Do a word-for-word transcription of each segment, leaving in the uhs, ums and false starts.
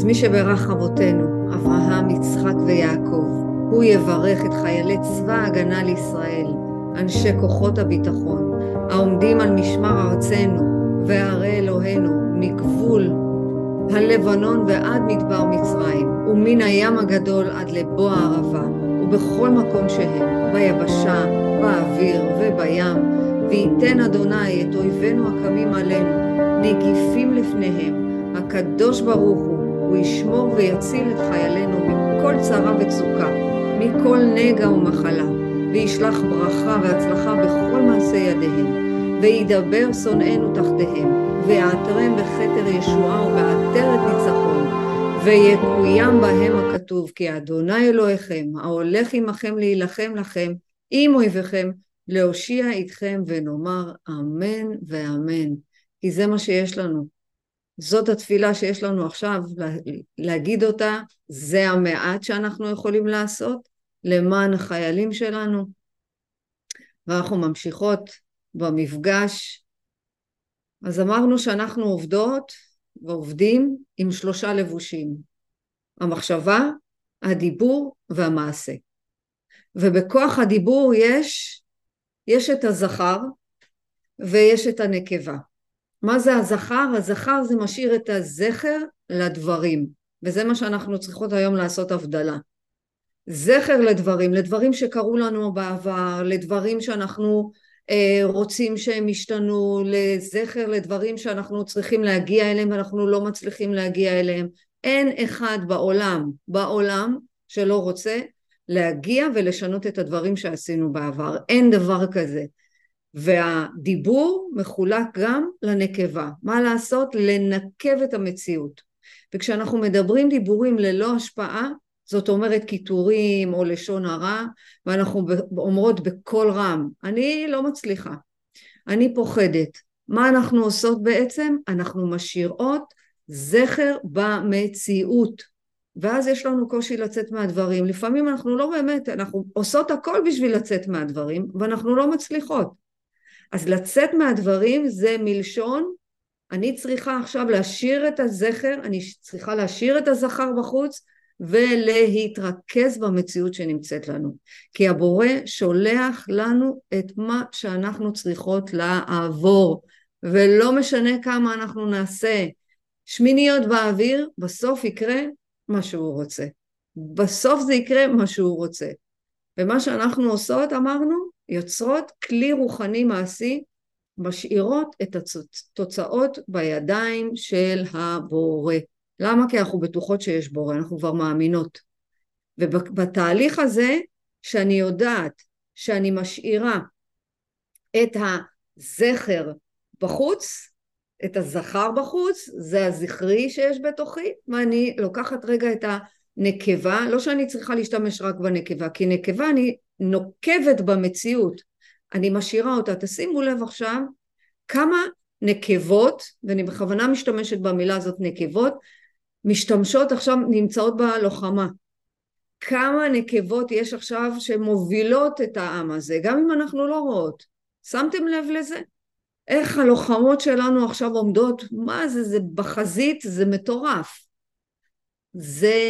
אז מי שברך אבותינו, אברהם, יצחק ויעקב, הוא יברך את חיילי צבא ההגנה לישראל, אנשי כוחות הביטחון, העומדים על משמר ארצנו וערי אלוהינו, מגבול הלבנון ועד מדבר מצרים, ומן הים הגדול עד לבוא הערבה, ובכל מקום שהם, ביבשה, באוויר ובים, וייתן אדוני את אויבינו הקמים עלינו, נגיפים לפניהם. הקדוש ברוך הוא, הוא ישמור ויציל את חיילינו מכל צרה וצוקה, מכל נגע ומחלה, וישלח ברכה והצלחה בכל מעשה ידיהם, וידבר שונאינו תחתיהם, ויעטרם בכתר ישועה ובעטרת ניצחון, ויקוים בהם הכתוב, כי אדוני אלוהיכם, ההולך עמכם להילחם לכם, עם אויביכם, להושיע איתכם, ונאמר אמן ואמן. כי זה מה שיש לנו. זאת התפילה שיש לנו עכשיו, להגיד אותה, זה המעט שאנחנו יכולים לעשות, למען החיילים שלנו. ואנחנו ממשיכות במפגש. אז אמרנו שאנחנו עובדות ועובדים עם שלושה לבושים. המחשבה, הדיבור והמעשה. ובכוח הדיבור יש, יש את הזכר ויש את הנקבה. מה זה הזכר? הזכר זה משאיר את הזכר לדברים. וזה מה שאנחנו צריכות היום לעשות הבדלה. זכר לדברים, לדברים שקרו לנו בעבר, לדברים שאנחנו אה, רוצים שהם ישתנו, לזכר לדברים שאנחנו צריכים להגיע אליהם ואנחנו לא מצליחים להגיע אליהם. אין אחד בעולם, בעולם שלא רוצה להגיע ולשנות את הדברים שעשינו בעבר. אין דבר כזה. והדיבור מחולק גם לנקבה. מה לעשות? לנקב את המציאות. וכשאנחנו מדברים דיבורים ללא השפעה, זאת אומרת קיטורים או לשון הרע, ואנחנו אומרות בקול רם, אני לא מצליחה, אני פוחדת. מה אנחנו עושות בעצם? אנחנו משאירות זכר במציאות, ואז יש לנו קושי לצאת מהדברים. לפעמים אנחנו לא באמת, אנחנו עושות הכל בשביל לצאת מהדברים, ואנחנו לא מצליחות. אז לצאת מהדברים זה מלשון, אני צריכה עכשיו להשאיר את הזכר, אני צריכה להשאיר את הזכר בחוץ, ולהתרכז במציאות שנמצאת לנו. כי הבורא שולח לנו את מה שאנחנו צריכות לעבור, ולא משנה כמה אנחנו נעשה שמיניות באוויר, בסוף יקרה מה שהוא רוצה. בסוף זה יקרה מה שהוא רוצה. ומה שאנחנו עושות, אמרנו, יוצרות כלי רוחני מעשי, משאירות את התוצאות בידיים של הבורא. למה? כי אנחנו בטוחות שיש בורא, אנחנו כבר מאמינות. ובתהליך הזה, שאני יודעת שאני משאירה את הזכר בחוץ, את הזכר בחוץ, זה הזכרי שיש בתוכי, ואני לוקחת רגע את הנקבה, לא שאני צריכה להשתמש רק בנקבה, כי נקבה אני נוקבת במציאות, אני משאירה אותה. תשימו לב עכשיו כמה נקבות, ואני בכוונה משתמשת במילה הזאת נקבות, משתמשות עכשיו, נמצאות בלוחמה. כמה נקבות יש עכשיו שמובילות את העם הזה, גם אם אנחנו לא רואות. שמתם לב לזה? איך הלוחמות שלנו עכשיו עומדות? מה זה? זה בחזית, זה מטורף. זה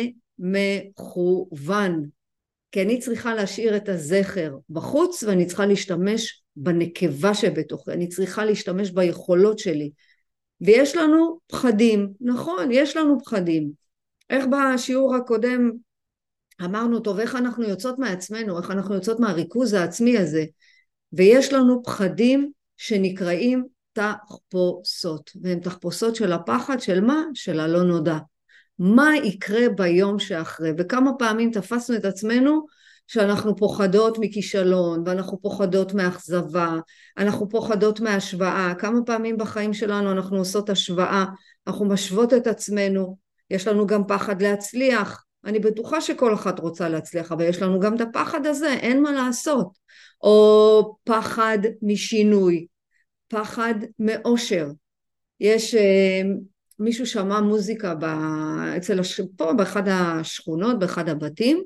מכוון. כי אני צריכה להשאיר את הזכר בחוץ, ואני צריכה להשתמש בנקבה שבתוכי. אני צריכה להשתמש ביכולות שלי. ויש לנו פחדים, נכון, יש לנו פחדים. איך בשיעור הקודם אמרנו, טוב, איך אנחנו יוצאות מעצמנו, איך אנחנו יוצאות מהריכוז העצמי הזה, ויש לנו פחדים שנקראים תחפושות, והן תחפושות של הפחד, של מה? של הלא נודע. מה יקרה ביום שאחרי? וכמה פעמים תפסנו את עצמנו שאנחנו פוחדות מכישלון, ואנחנו פוחדות מאכזבה, אנחנו פוחדות מהשוואה. כמה פעמים בחיים שלנו אנחנו עושות השוואה, אנחנו משוות את עצמנו, יש לנו גם פחד להצליח. אני בטוחה שכל אחת רוצה להצליח, אבל יש לנו גם את הפחד הזה, אין מה לעשות. או פחד משינוי, פחד מאושר. יש מישהו שמע מוזיקה ב... אצל הש... פה באחד השכונות, באחד הבתים,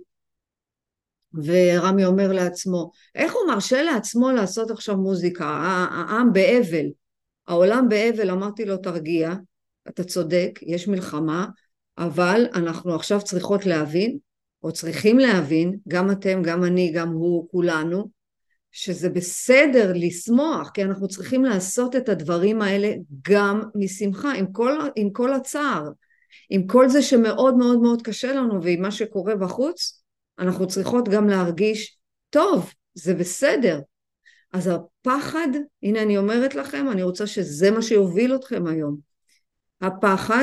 ורמי אומר לעצמו, איך הוא מרשה לעצמו לעשות עכשיו מוזיקה? העם באבל, העולם באבל. אמרתי לו, תרגיע, אתה צודק, יש מלחמה, אבל אנחנו עכשיו צריכות להבין, או צריכים להבין, גם אתם, גם אני, גם הוא, כולנו, שזה בסדר לשמוח, כי אנחנו צריכים לעשות את הדברים האלה גם משמחה, עם כל, עם כל הצער, עם כל זה שמאוד מאוד מאוד קשה לנו, ועם מה שקורה בחוץ, אנחנו צריכות גם להרגיש, טוב, זה בסדר. אז הפחד, הנה אני אומרת לכם, אני רוצה שזה מה שיוביל אתכם היום. הפחד,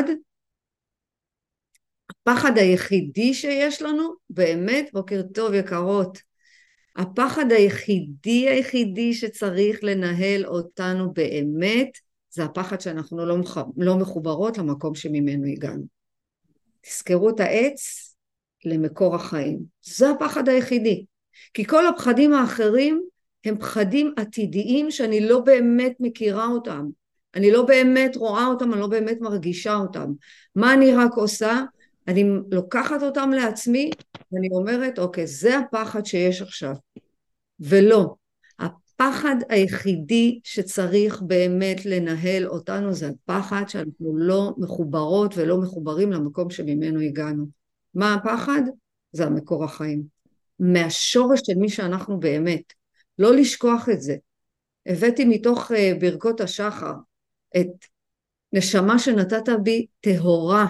הפחד היחידי שיש לנו, באמת, בוקר טוב יקרות, הפחד היחידי היחידי שצריך לנהל אותנו באמת, זה הפחד שאנחנו לא, לא מחוברות למקום שממנו הגענו. תזכרו את העץ למקור החיים. זה הפחד היחידי. כי כל הפחדים האחרים הם פחדים עתידיים שאני לא באמת מכירה אותם. אני לא באמת רואה אותם, אני לא באמת מרגישה אותם. מה אני רק עושה? אני לוקחת אותם לעצמי ואני אומרת, אוקיי, זה הפחד שיש עכשיו. ולא. הפחד היחידי שצריך באמת לנהל אותנו זה הפחד שאנחנו לא מחוברות ולא מחוברים למקום שממנו הגענו. מה הפחד? זה המקור החיים. מהשורש של מי שאנחנו באמת. לא לשכוח את זה. הבאתי מתוך ברכות השחר את נשמה שנתת בי טהורה.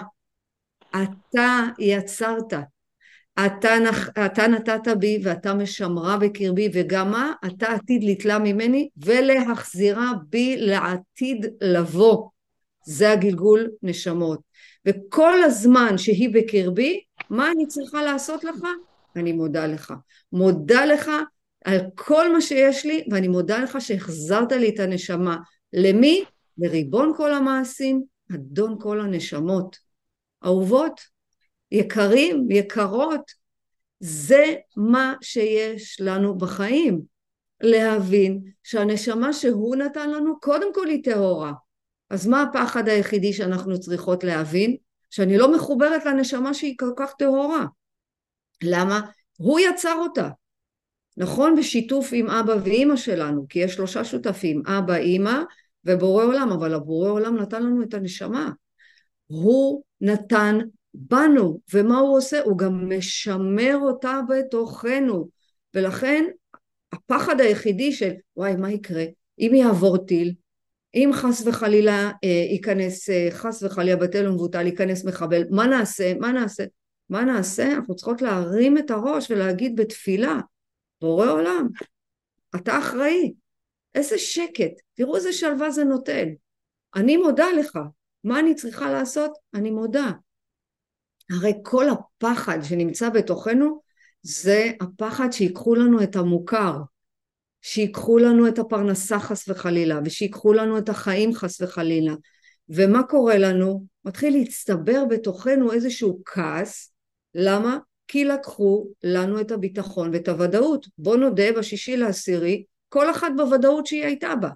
אתה יצרת. אתה, אתה נתת בי ואתה משמרה בקרבי, וגם מה? אתה עתיד לתלה ממני ולהחזירה בי לעתיד לבוא. זה הגלגול נשמות. וכל הזמן שהיא בקרבי, מה אני צריכה לעשות לך? אני מודה לך. מודה לך על כל מה שיש לי, ואני מודה לך שהחזרת לי את הנשמה. למי? לריבון כל המעשים, אדון כל הנשמות. אהובות, יקרים, יקרות, זה מה שיש לנו בחיים. להבין שהנשמה שהוא נתן לנו, קודם כל היא טהורה. אז מה הפחד היחידי שאנחנו צריכות להבין? שאני לא מחוברת לנשמה שהיא כל כך טהורה. למה? הוא יצר אותה. נכון? בשיתוף עם אבא ואמא שלנו, כי יש שלושה שותפים, אבא, אמא ובורא עולם, אבל הבורא עולם נתן לנו את הנשמה. הוא נתן בנו, ומה הוא עושה? הוא גם משמר אותה בתוכנו, ולכן הפחד היחידי של וואי מה יקרה אם יעבור טיל, אם חס וחלילה אה, ייכנס, אה, חס וחלילה בטל ומבוטל ייכנס מחבל, מה נעשה? מה נעשה? מה נעשה? אנחנו צריכות להרים את הראש ולהגיד בתפילה, בורא עולם, אתה אחראי, איזה שקט, תראו איזה שלווה זה נותן, אני מודה לך, מה אני צריכה לעשות? אני מודה. הרי כל הפחד שנמצא בתוכנו, זה הפחד שיקחו לנו את המוכר, שיקחו לנו את הפרנסה חס וחלילה, ושיקחו לנו את החיים חס וחלילה. ומה קורה לנו? מתחיל להצטבר בתוכנו איזשהו כעס, למה? כי לקחו לנו את הביטחון ואת הוודאות. בוא נודה בשישי לעשירי, כל אחת בוודאות שהיא הייתה בה.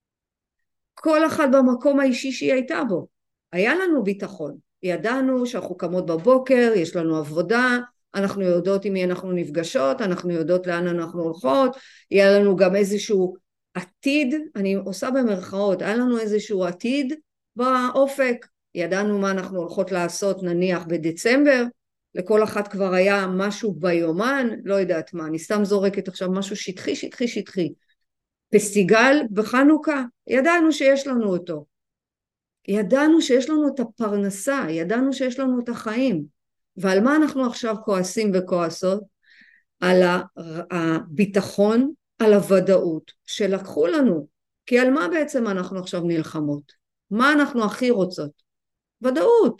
כל אחת במקום האישי שהיא הייתה בו. היה לנו ביטחון. ידענו שאנחנו קמות בבוקר, יש לנו עבודה, אנחנו יודעות עם מי אנחנו נפגשות, אנחנו יודעות לאן אנחנו הולכות, יהיה לנו גם איזשהו עתיד, אני עושה במרכאות, היה לנו איזשהו עתיד באופק, ידענו מה אנחנו הולכות לעשות נניח בדצמבר, לכל אחת כבר היה משהו ביומן, לא יודעת מה, אני סתם זורקת עכשיו משהו שטחי, שטחי, שטחי. פסטיגל בחנוכה, ידענו שיש לנו אותו. ידענו שיש לנו את הפרנסה, ידענו שיש לנו את החיים. ועל מה אנחנו עכשיו כועסים וכועסות? על הביטחון, על הוודאות שלקחו לנו. כי על מה בעצם אנחנו עכשיו נלחמות? מה אנחנו הכי רוצות? ודאות.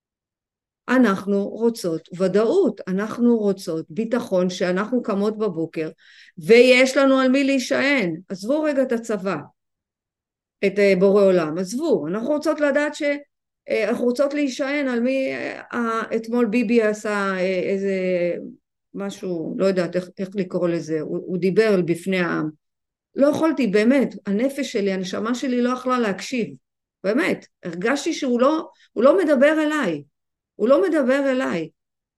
אנחנו רוצות ודאות, אנחנו רוצות ביטחון שאנחנו קמות בבוקר, ויש לנו על מי להישען. עזבו רגע את הצבא, את בורא עולם, עזבו, אנחנו רוצות לדעת ש... אנחנו רוצות להישען על מי, אתמול ביבי עשה איזה משהו, לא יודעת איך, איך לקרוא לזה, הוא, הוא דיבר בפני העם, לא יכולתי, באמת, הנפש שלי, הנשמה שלי לא יכלה להקשיב, באמת, הרגשתי שהוא לא, הוא לא מדבר אליי, הוא לא מדבר אליי,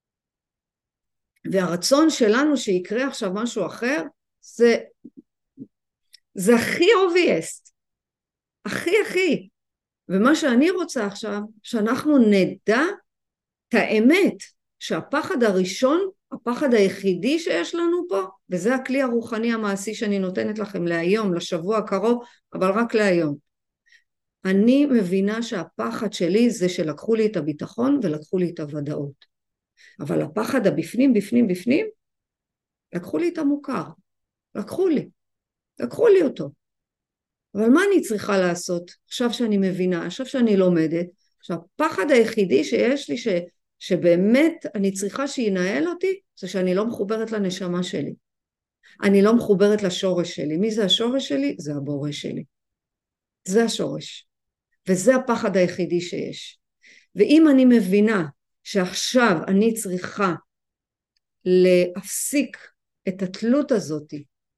והרצון שלנו שיקרה עכשיו משהו אחר, זה, זה הכי obvious, הכי הכי, ומה שאני רוצה עכשיו, שאנחנו נדע את האמת שהפחד הראשון, הפחד היחידי שיש לנו פה, וזה הכלי הרוחני המעשי שאני נותנת לכם להיום, לשבוע הקרוב, אבל רק להיום. אני מבינה שהפחד שלי זה שלקחו לי את הביטחון ולקחו לי את הוודאות. אבל הפחד הבפנים, בפנים, בפנים, לקחו לי את המוכר. לקחו לי. לקחו לי אותו. אבל מה אני צריכה לעשות עכשיו שאני מבינה, עכשיו שאני לומדת, שהפחד היחידי שיש לי ש, שבאמת אני צריכה שינהל אותי, זה שאני לא מחוברת לנשמה שלי. אני לא מחוברת לשורש שלי. מי זה השורש שלי? זה הבורא שלי. זה השורש. וזה הפחד היחידי שיש. ואם אני מבינה שעכשיו אני צריכה להפסיק את התלות הזאת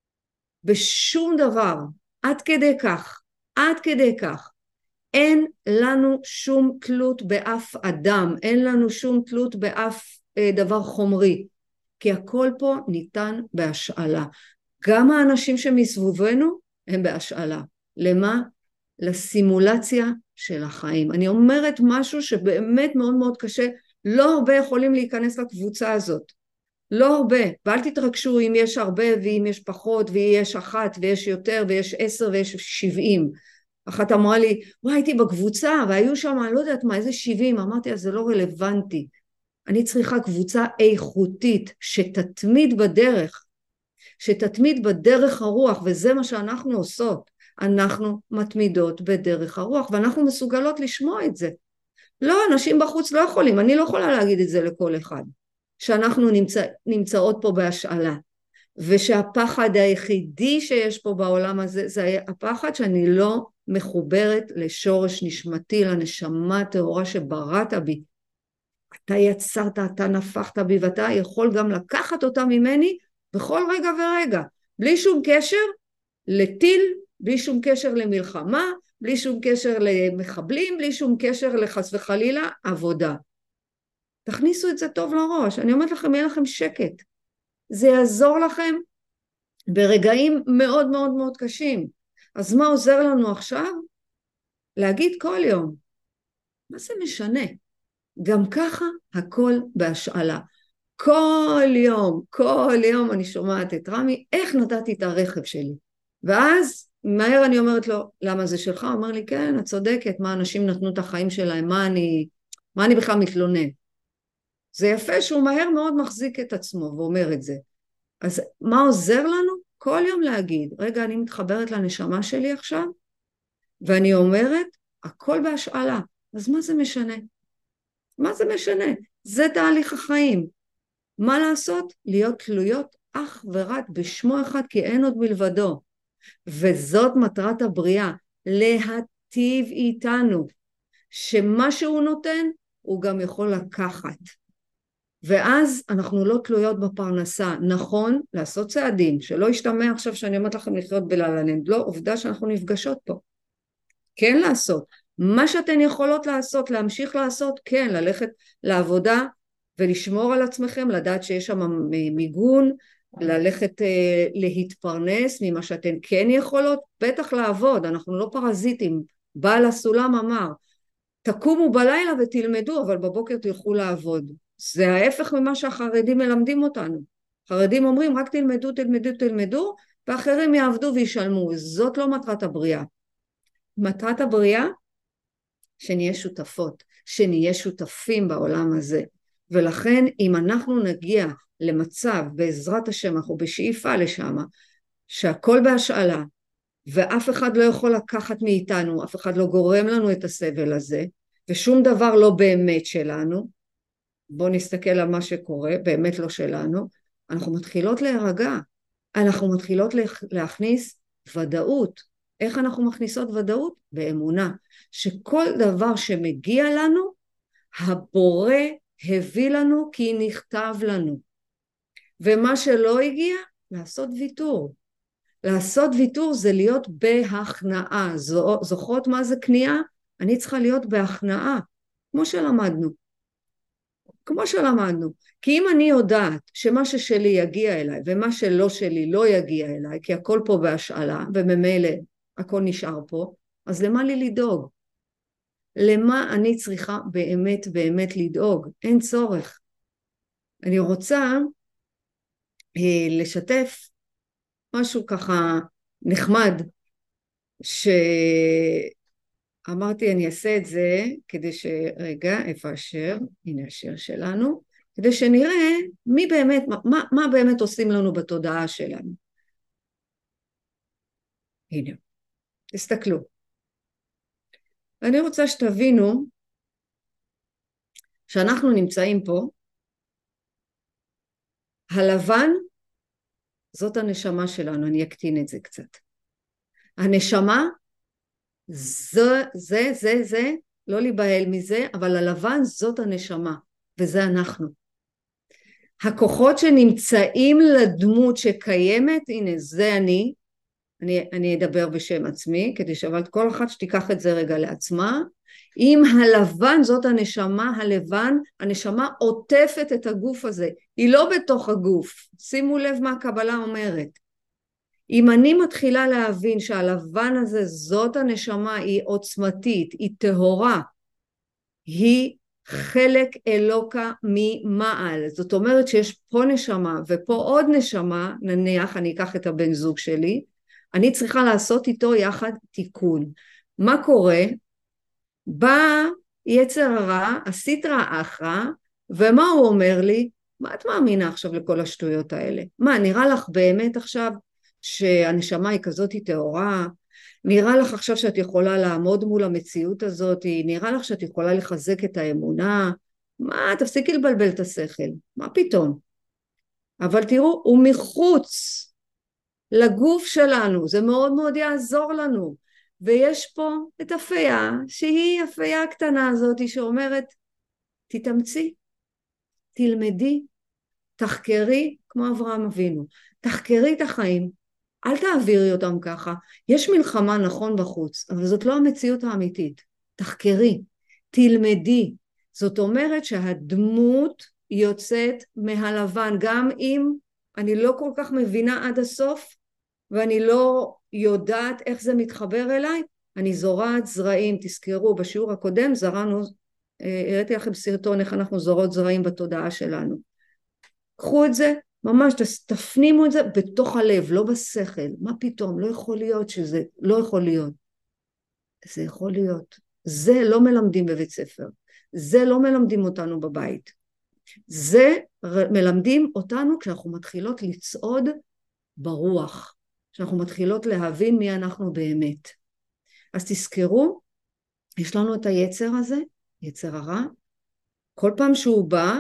בשום דבר, עד כדי כך, עד כדי כך, אין לנו שום תלות באף אדם, אין לנו שום תלות באף אה, דבר חומרי, כי הכל פה ניתן בהשאלה. גם האנשים שמסביבנו הם בהשאלה. למה? לסימולציה של החיים. אני אומרת משהו שבאמת מאוד מאוד קשה, לא הרבה יכולים להיכנס לקבוצה הזאת. לא הרבה, ואל תתרגשו אם יש הרבה ואם יש פחות ויש אחת ויש יותר ויש עשר ויש שבעים. אחת אמרה לי, וואי, הייתי בקבוצה והיו שם, אני לא יודעת מה, איזה שבעים, אמרתי, אז זה לא רלוונטי. אני צריכה קבוצה איכותית שתתמיד בדרך, שתתמיד בדרך הרוח, וזה מה שאנחנו עושות. אנחנו מתמידות בדרך הרוח, ואנחנו מסוגלות לשמוע את זה. לא, אנשים בחוץ לא יכולים, אני לא יכולה להגיד את זה לכל אחד. שאנחנו נמצא, נמצאות פה בהשאלה, ושהפחד היחידי שיש פה בעולם הזה, זה הפחד שאני לא מחוברת לשורש נשמתי, לנשמה טהורה שבראת בי. אתה יצרת, אתה נפחת בי, ואתה יכול גם לקחת אותה ממני בכל רגע ורגע, בלי שום קשר לטיל, בלי שום קשר למלחמה, בלי שום קשר למחבלים, בלי שום קשר לחס וחלילה עבודה. תכניסו את זה טוב לראש, אני אומרת לכם, יהיה לכם שקט. זה יעזור לכם ברגעים מאוד מאוד מאוד קשים. אז מה עוזר לנו עכשיו? להגיד כל יום, מה זה משנה? גם ככה הכל בהשאלה. כל יום, כל יום אני שומעת את רמי, איך נתתי את הרכב שלי? ואז מהר אני אומרת לו, למה זה שלך? הוא אומר לי, כן, את צודקת, מה אנשים נתנו את החיים שלהם, מה אני, מה אני בכלל מתלונן? זה יפה שהוא מהר מאוד מחזיק את עצמו ואומר את זה. אז מה עוזר לנו? כל יום להגיד, רגע, אני מתחברת לנשמה שלי עכשיו, ואני אומרת, הכל בהשאלה. אז מה זה משנה? מה זה משנה? זה תהליך החיים. מה לעשות? להיות תלויות אך ורק בשמו אחד, כי אין עוד מלבדו. וזאת מטרת הבריאה, להטיב איתנו, שמה שהוא נותן, הוא גם יכול לקחת. ואז אנחנו לא תלויות בפרנסה. נכון, לעשות צעדים, שלא ישתמע עכשיו שאני אומרת לכם לחיות בללנד, לא, עובדה שאנחנו נפגשות פה. כן לעשות. מה שאתן יכולות לעשות, להמשיך לעשות, כן, ללכת לעבודה ולשמור על עצמכם, לדעת שיש שם מיגון, ללכת אה, להתפרנס ממה שאתן כן יכולות, בטח לעבוד, אנחנו לא פרזיטים. בעל הסולם אמר, תקומו בלילה ותלמדו, אבל בבוקר תלכו לעבוד. זה ההפך ממה שהחרדים מלמדים אותנו. חרדים אומרים, רק תלמדו, תלמדו, תלמדו, ואחרים יעבדו וישלמו. זאת לא מטרת הבריאה. מטרת הבריאה, שנהיה שותפות, שנהיה שותפים בעולם הזה. ולכן, אם אנחנו נגיע למצב, בעזרת השם, אנחנו בשאיפה לשם, שהכל בהשאלה, ואף אחד לא יכול לקחת מאיתנו, אף אחד לא גורם לנו את הסבל הזה, ושום דבר לא באמת שלנו, בואו נסתכל על מה שקורה, באמת לא שלנו, אנחנו מתחילות להירגע, אנחנו מתחילות להכניס ודאות. איך אנחנו מכניסות ודאות? באמונה, שכל דבר שמגיע לנו, הבורא הביא לנו כי נכתב לנו. ומה שלא הגיע, לעשות ויתור. לעשות ויתור זה להיות בהכנעה. זוכרות מה זה כניעה? אני צריכה להיות בהכנעה, כמו שלמדנו. כמו שלמדנו. כי אם אני יודעת שמה ששלי יגיע אליי, ומה שלא שלי לא יגיע אליי, כי הכל פה בהשאלה, וממילא הכל נשאר פה, אז למה לי לדאוג? למה אני צריכה באמת באמת לדאוג? אין צורך. אני רוצה אה, לשתף משהו ככה נחמד, שאמרתי אני אעשה את זה כדי ש... רגע, איפה השיר? הנה השיר שלנו. כדי שנראה מי באמת, מה, מה באמת עושים לנו בתודעה שלנו. הנה, תסתכלו. ואני רוצה שתבינו שאנחנו נמצאים פה, הלבן זאת הנשמה שלנו, אני אקטין את זה קצת. הנשמה זה, זה, זה, זה, לא להיבהל מזה, אבל הלבן זאת הנשמה, וזה אנחנו. הכוחות שנמצאים לדמות שקיימת, הנה זה אני, אני, אני אדבר בשם עצמי, כדי שאבל כל אחת שתיקח את זה רגע לעצמה, אם הלבן זאת הנשמה, הלבן, הנשמה עוטפת את הגוף הזה, היא לא בתוך הגוף, שימו לב מה הקבלה אומרת, אם אני מתחילה להבין שהלבן הזה זאת הנשמה, היא עוצמתית, היא טהורה, היא חלק אלוקה ממעל, זאת אומרת שיש פה נשמה ופה עוד נשמה, נניח אני אקח את הבן זוג שלי, אני צריכה לעשות איתו יחד תיקון. מה קורה? בא יצר הרע, הסיטרא אחרא, ומה הוא אומר לי? מה את מאמינה עכשיו לכל השטויות האלה? מה, נראה לך באמת עכשיו שהנשמה היא כזאת היא טהורה? נראה לך עכשיו שאת יכולה לעמוד מול המציאות הזאת? נראה לך שאת יכולה לחזק את האמונה? מה, תפסיקי לבלבל את השכל. מה פתאום? אבל תראו, הוא מחוץ לגוף שלנו, זה מאוד מאוד יעזור לנו. ויש פה את הפייה, שהיא הפייה הקטנה הזאת שאומרת, תתאמצי, תלמדי, תחקרי, כמו אברהם אבינו, תחקרי את החיים, אל תעבירי אותם ככה. יש מלחמה נכון בחוץ, אבל זאת לא המציאות האמיתית. תחקרי, תלמדי. זאת אומרת שהדמות יוצאת מהלבן, גם אם אני לא כל כך מבינה עד הסוף, ואני לא יודעת איך זה מתחבר אליי, אני זורעת זרעים. תזכרו, בשיעור הקודם זרענו, הראיתי לכם סרטון איך אנחנו זורעות זרעים בתודעה שלנו. קחו את זה, ממש תפנימו את זה בתוך הלב, לא בשכל. מה פתאום? לא יכול להיות שזה, לא יכול להיות. זה יכול להיות. זה לא מלמדים בבית ספר. זה לא מלמדים אותנו בבית. זה מלמדים אותנו כשאנחנו מתחילות לצעוד ברוח. כשאנחנו מתחילות להבין מי אנחנו באמת. אז תזכרו, יש לנו את היצר הזה, יצר הרע. כל פעם שהוא בא,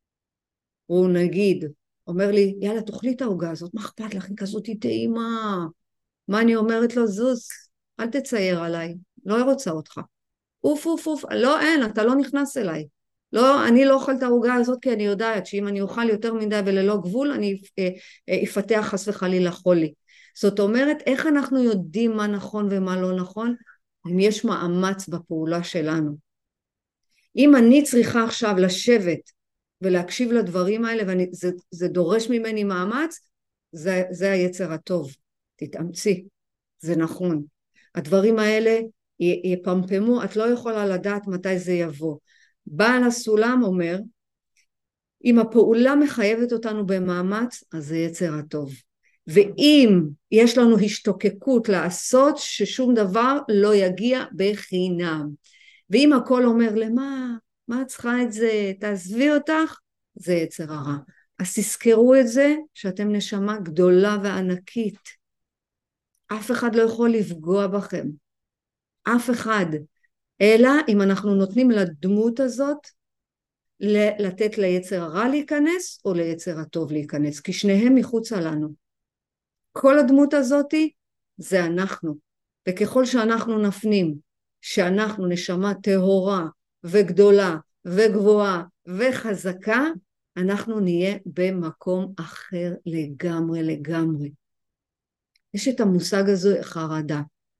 הוא נגיד, אומר לי, יאללה, תאכלי את העוגה הזאת, מה אכפת לך? היא כזאת היא טעימה. מה אני אומרת לו? זוז, אל תצייר עליי, לא רוצה אותך. אוף, אוף, אוף, לא, אין, אתה לא נכנס אליי. לא, אני לא אוכל את העוגה הזאת, כי אני יודעת שאם אני אוכל יותר מדי וללא גבול, אני אפתח חס וחלילה חולי. זאת אומרת, איך אנחנו יודעים מה נכון ומה לא נכון? אם יש מאמץ בפעולה שלנו. אם אני צריכה עכשיו לשבת ולהקשיב לדברים האלה, וזה זה דורש ממני מאמץ, זה, זה היצר הטוב. תתאמצי, זה נכון. הדברים האלה יפמפמו, את לא יכולה לדעת מתי זה יבוא. בעל הסולם אומר, אם הפעולה מחייבת אותנו במאמץ, אז זה יצר הטוב. ואם יש לנו השתוקקות לעשות, ששום דבר לא יגיע בחינם. ואם הכל אומר, למה? מה את צריכה את זה? תעזבי אותך? זה יצר הרע. אז תזכרו את זה, שאתם נשמה גדולה וענקית. אף אחד לא יכול לפגוע בכם. אף אחד. אלא אם אנחנו נותנים לדמות הזאת, לתת ליצר הרע להיכנס, או ליצר הטוב להיכנס, כי שניהם מחוצה לנו. כל הדמות הזאת זה אנחנו. וככל שאנחנו נפנים, שאנחנו נשמה טהורה וגדולה וגבוהה וחזקה, אנחנו נהיה במקום אחר לגמרי לגמרי. יש את המושג הזה חרדה.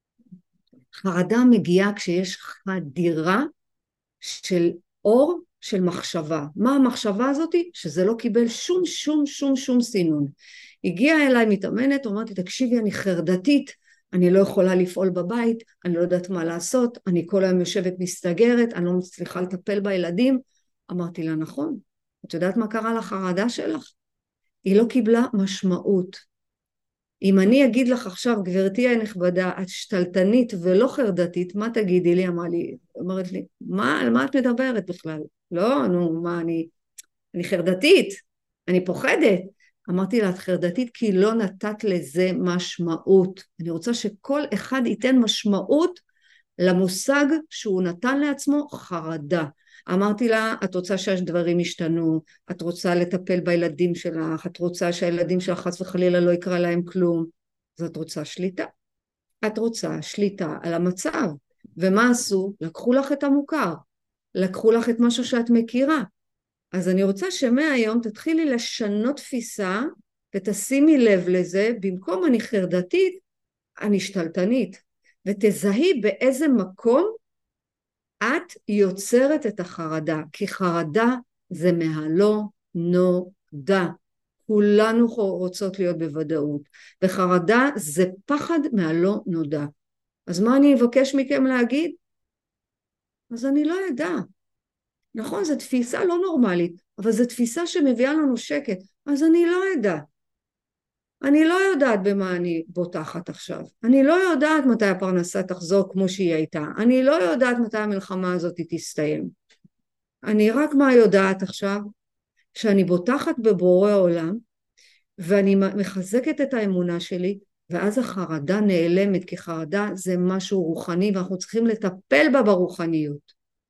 חרדה מגיעה כשיש חדירה של אור של מחשבה. מה המחשבה הזאת? שזה לא קיבל שום שום שום שום סינון. הגיעה אליי מתאמנת, אמרתי, תקשיבי, אני חרדתית, אני לא יכולה לפעול בבית, אני לא יודעת מה לעשות, אני כל היום יושבת מסתגרת, אני לא מצליחה לטפל בילדים. אמרתי לה, נכון, את יודעת מה קרה לחרדה שלך? היא לא קיבלה משמעות. אם אני אגיד לך עכשיו, גברתי הנכבדה, את שתלטנית ולא חרדתית, מה תגידי לי? אמרה לי, אמרת לי, מה, על מה את מדברת בכלל? לא, נו, מה, אני, אני חרדתית, אני פוחדת. אמרתי לה, את חרדתית כי לא נתת לזה משמעות. אני רוצה שכל אחד ייתן משמעות למושג שהוא נתן לעצמו חרדה. אמרתי לה, את רוצה שהדברים ישתנו, את רוצה לטפל בילדים שלך, את רוצה שהילדים שלך חס וחלילה לא יקרה להם כלום, אז את רוצה שליטה. את רוצה שליטה על המצב. ומה עשו? לקחו לך את המוכר, לקחו לך את משהו שאת מכירה. אז אני רוצה שמהיום תתחילי לשנות תפיסה ותשימי לב לזה, במקום אני חרדתית, אני שתלטנית, ותזהי באיזה מקום את יוצרת את החרדה, כי חרדה זה מהלא נודע. כולנו רוצות להיות בוודאות, וחרדה זה פחד מהלא נודע. אז מה אני אבקש מכם להגיד? אז אני לא יודע. נכון, זו תפיסה לא נורמלית, אבל זו תפיסה שמביאה לנו שקט. אז אני לא יודע. אני לא יודעת במה אני בוטחת עכשיו. אני לא יודעת מתי הפרנסה תחזור כמו שהיא הייתה. אני לא יודעת מתי המלחמה הזאת תסתיים. אני רק מה יודעת עכשיו? שאני בוטחת בבורא עולם, ואני מחזקת את האמונה שלי, ואז החרדה נעלמת, כי חרדה זה משהו רוחני, ואנחנו צריכים לטפל בה ברוחניות.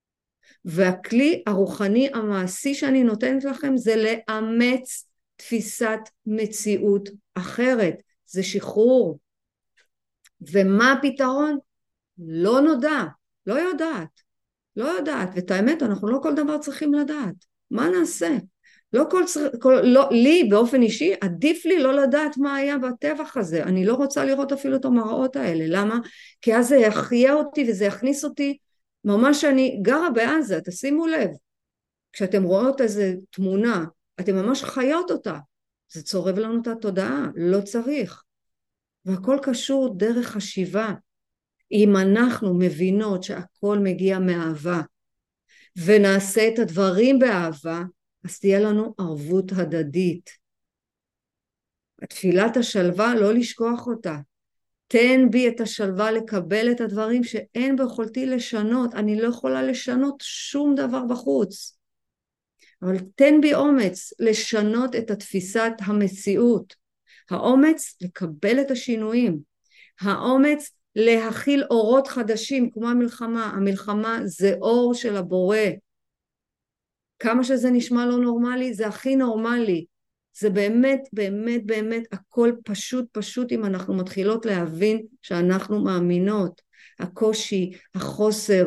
והכלי הרוחני המעשי שאני נותנת לכם, זה לאמץ תפיסת מציאות אחרת. זה שחרור. ומה הפתרון? לא נודע. לא יודעת. לא יודעת. ואת האמת, אנחנו לא כל דבר צריכים לדעת. מה נעשה? לא כל, כל, לא, לי באופן אישי, עדיף לי לא לדעת מה היה בטבח הזה. אני לא רוצה לראות אפילו את המראות האלה. למה? כי אז זה יחיה אותי וזה יכניס אותי, ממש שאני גרה בעזה, תשימו לב. כשאתם רואות איזו תמונה, אתם ממש חיות אותה. זה צורב לנו את התודעה, לא צריך. והכל קשור דרך חשיבה. אם אנחנו מבינות שהכל מגיע מאהבה, ונעשה את הדברים באהבה, אז תהיה לנו ערבות הדדית. התפילת השלווה, לא לשכוח אותה. תן בי את השלווה לקבל את הדברים שאין ביכולתי לשנות. אני לא יכולה לשנות שום דבר בחוץ. אבל תן בי אומץ לשנות את התפיסת המציאות. האומץ לקבל את השינויים. האומץ להכיל אורות חדשים כמו המלחמה. המלחמה זה אור של הבורא. כמה שזה נשמע לא נורמלי, זה הכי נורמלי. זה באמת, באמת, באמת, הכל פשוט, פשוט אם אנחנו מתחילות להבין שאנחנו מאמינות. הקושי, החוסר,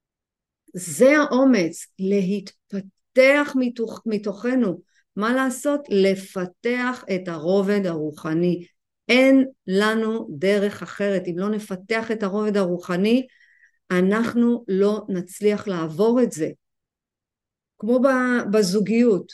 זה האומץ להתפתח מתוך, מתוכנו. מה לעשות? לפתח את הרובד הרוחני. אין לנו דרך אחרת. אם לא נפתח את הרובד הרוחני, אנחנו לא נצליח לעבור את זה. כמו בזוגיות.